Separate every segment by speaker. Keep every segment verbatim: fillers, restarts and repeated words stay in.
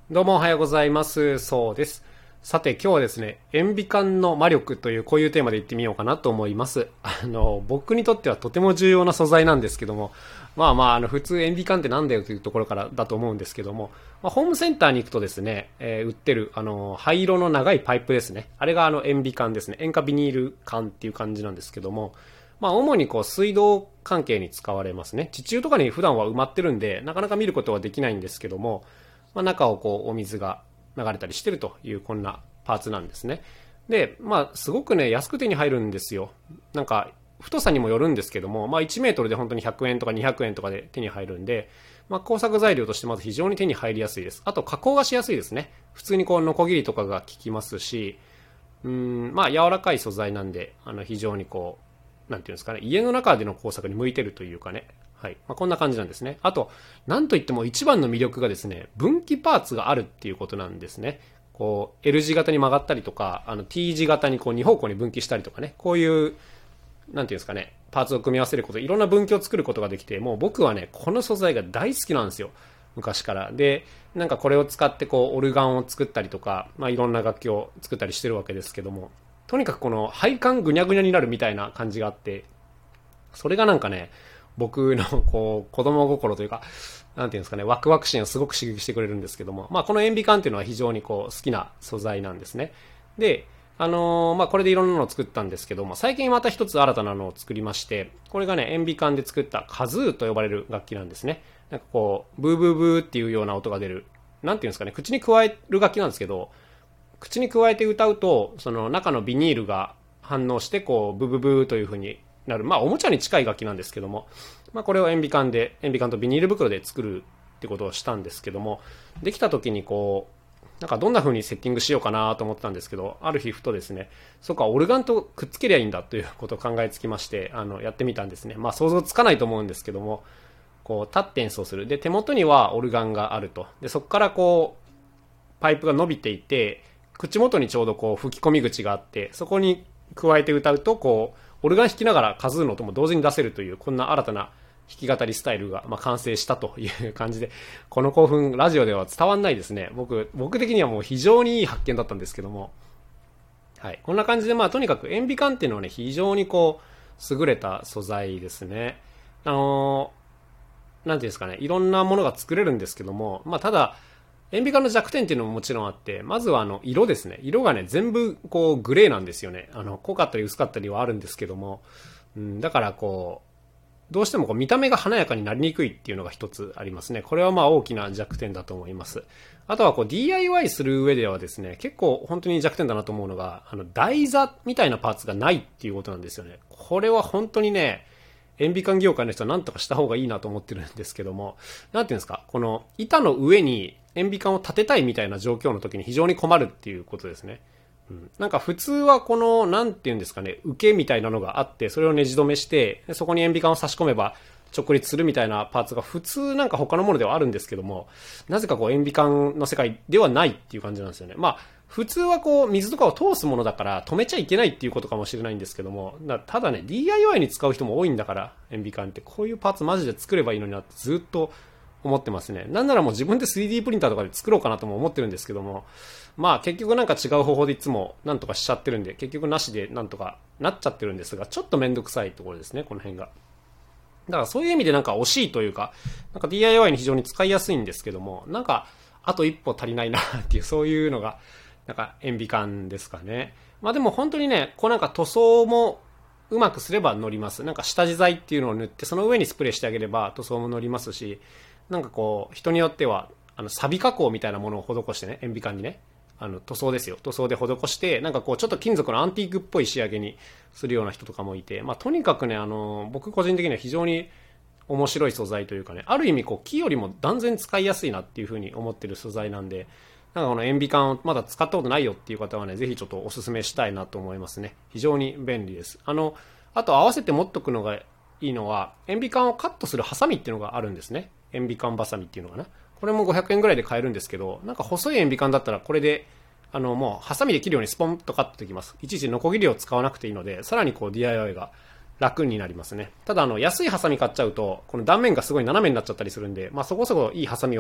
Speaker 1: どうもおはようございます。そうです。さて今日はですね、塩ビ管の魔力というこういうテーマで言ってみようかなと思います。あの、僕にとってはとても重要な素材なんですけども、まあまあ、あの、普通塩ビ管ってなんだよというところからだと思うんですけども、まあ、ホームセンターに行くとですね、えー売ってる、あの、灰色の長いパイプですね。あれがあの塩ビ管ですね。塩化ビニール管っていう感じなんですけども、まあ主にこう水道関係に使われますね。地中とかに普段は埋まってるんで、なかなか見ることはできないんですけども、まあ、中をこうお水が流れたりしてるというこんなパーツなんですね。で、まあすごくね安く手に入るんですよ。なんか太さにもよるんですけども、まあいちメートルで本当にひゃくえんとかにひゃくえんとかで手に入るんで、まあ工作材料としてまず非常に手に入りやすいです。あと加工がしやすいですね。普通にこうノコギリとかが効きますし、うん、まあ柔らかい素材なんで、あの非常にこう、なんていうんですかね、家の中での工作に向いてるというかね、はい。まあ、こんな感じなんですね。あと、なんといっても一番の魅力がですね、分岐パーツがあるっていうことなんですね。こう、L 字型に曲がったりとか、あの T 字型にこうに方向に分岐したりとかね、こういう、なんていうんですかね、パーツを組み合わせること、いろんな分岐を作ることができて、もう僕はね、この素材が大好きなんですよ。昔から。で、なんかこれを使ってこう、オルガンを作ったりとか、まあいろんな楽器を作ったりしてるわけですけども、とにかくこの配管ぐにゃぐにゃになるみたいな感じがあって、それがなんかね、僕のこう子供心というか、なんていうんですかね、ワクワク心をすごく刺激してくれるんですけども、まあこの塩ビ管っていうのは非常にこう好きな素材なんですね。で、あのーまあこれでいろんなのを作ったんですけども、最近また一つ新たなのを作りまして、これがね、塩ビ管で作ったカズーと呼ばれる楽器なんですね。なんかこう、ブーブーブーっていうような音が出る、なんていうんですかね、口に加える楽器なんですけど、口に加えて歌うと、その中のビニールが反応して、こう、ブブブーという風になる。まあ、おもちゃに近い楽器なんですけども、まあ、これを塩ビ管で、塩ビ管とビニール袋で作るってことをしたんですけども、できた時にこう、なんかどんな風にセッティングしようかなと思ってたんですけど、ある日ふとですね、そっか、オルガンとくっつけりゃいいんだということを考えつきまして、あの、やってみたんですね。まあ、想像つかないと思うんですけども、こう、立って演奏する。で、手元にはオルガンがあると。で、そこからこう、パイプが伸びていて、口元にちょうどこう吹き込み口があって、そこに加えて歌うと、こう、オルガン弾きながらカズーの音も同時に出せるという、こんな新たな弾き語りスタイルが、まあ、完成したという感じで、この興奮、ラジオでは伝わんないですね。僕、僕的にはもう非常にいい発見だったんですけども、はい。こんな感じで、まあ、とにかく塩ビ管っていうのはね、非常にこう、優れた素材ですね。あのー、なんていうんですかね、いろんなものが作れるんですけども、まあ、ただ、塩ビ管の弱点っていうのももちろんあって、まずはあの色ですね。色がね、全部こうグレーなんですよね。あの、濃かったり薄かったりはあるんですけども、うん、だからこう、どうしてもこう見た目が華やかになりにくいっていうのが一つありますね。これはまあ大きな弱点だと思います。あとはこう ディーアイワイ する上ではですね、結構本当に弱点だなと思うのが、あの台座みたいなパーツがないっていうことなんですよね。これは本当にね、塩ビ管業界の人は何とかした方がいいなと思ってるんですけども、なんていうんですか、この板の上に塩ビ管を立てたいみたいな状況の時に非常に困るっていうことですね。うん、なんか普通はこの、なんていうんですかね、受けみたいなのがあって、それをネジ止めして、そこに塩ビ管を差し込めば直立するみたいなパーツが普通なんか他のものではあるんですけども、なぜかこう塩ビ管の世界ではないっていう感じなんですよね。まあ、普通はこう水とかを通すものだから止めちゃいけないっていうことかもしれないんですけども、だただね、ディーアイワイ に使う人も多いんだから、塩ビ管ってこういうパーツマジで作ればいいのになってずっと思ってますね。なんならもう自分で スリーディー プリンターとかで作ろうかなとも思ってるんですけども、まあ結局なんか違う方法でいつもなんとかしちゃってるんで、結局なしでなんとかなっちゃってるんですが、ちょっとめんどくさいところですね、この辺が。だからそういう意味でなんか惜しいというか、なんか ディーアイワイ に非常に使いやすいんですけども、なんかあと一歩足りないなっていう、そういうのが、なんか塩ビ感ですかね。まあでも本当にね、こうなんか塗装もうまくすれば乗ります。なんか下地剤っていうのを塗って、その上にスプレーしてあげれば塗装も乗りますし、なんかこう、人によっては、あの、錆加工みたいなものを施してね、塩ビ管にね、あの、塗装ですよ。塗装で施して、なんかこう、ちょっと金属のアンティークっぽい仕上げにするような人とかもいて、まあとにかくね、あの、僕個人的には非常に面白い素材というかね、ある意味こう木よりも断然使いやすいなっていう風に思ってる素材なんで、なんかこの塩ビ管をまだ使ったことないよっていう方はね、ぜひちょっとお勧めしたいなと思いますね。非常に便利です。あの、あと合わせて持っとくのがいいのは、塩ビ管をカットするハサミっていうのがあるんですね。塩ビ管バサミっていうのかな。これもごひゃくえんぐらいで買えるんですけど、なんか細い塩ビ管だったらこれで、あの、もうハサミで切るようにスポンとカットできます。いちいちノコギリを使わなくていいので、さらにこう ディーアイワイ が楽になりますね。ただあの安いハサミ買っちゃうとこの断面がすごい斜めになっちゃったりするんで、まあそこそこいいハサミは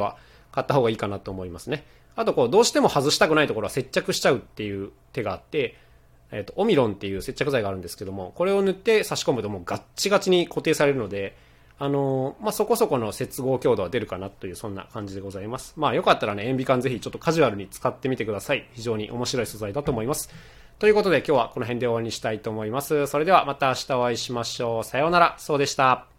Speaker 1: 買った方がいいかなと思いますね。あとこうどうしても外したくないところは接着しちゃうっていう手があって、えっと、オミロンっていう接着剤があるんですけども、これを塗って差し込むともうガッチガチに固定されるので、あのー、まあ、そこそこの接合強度は出るかなという、そんな感じでございます。まあ、よかったらね、塩ビ管ぜひちょっとカジュアルに使ってみてください。非常に面白い素材だと思います。ということで今日はこの辺で終わりにしたいと思います。それではまた明日お会いしましょう。さようなら。そうでした。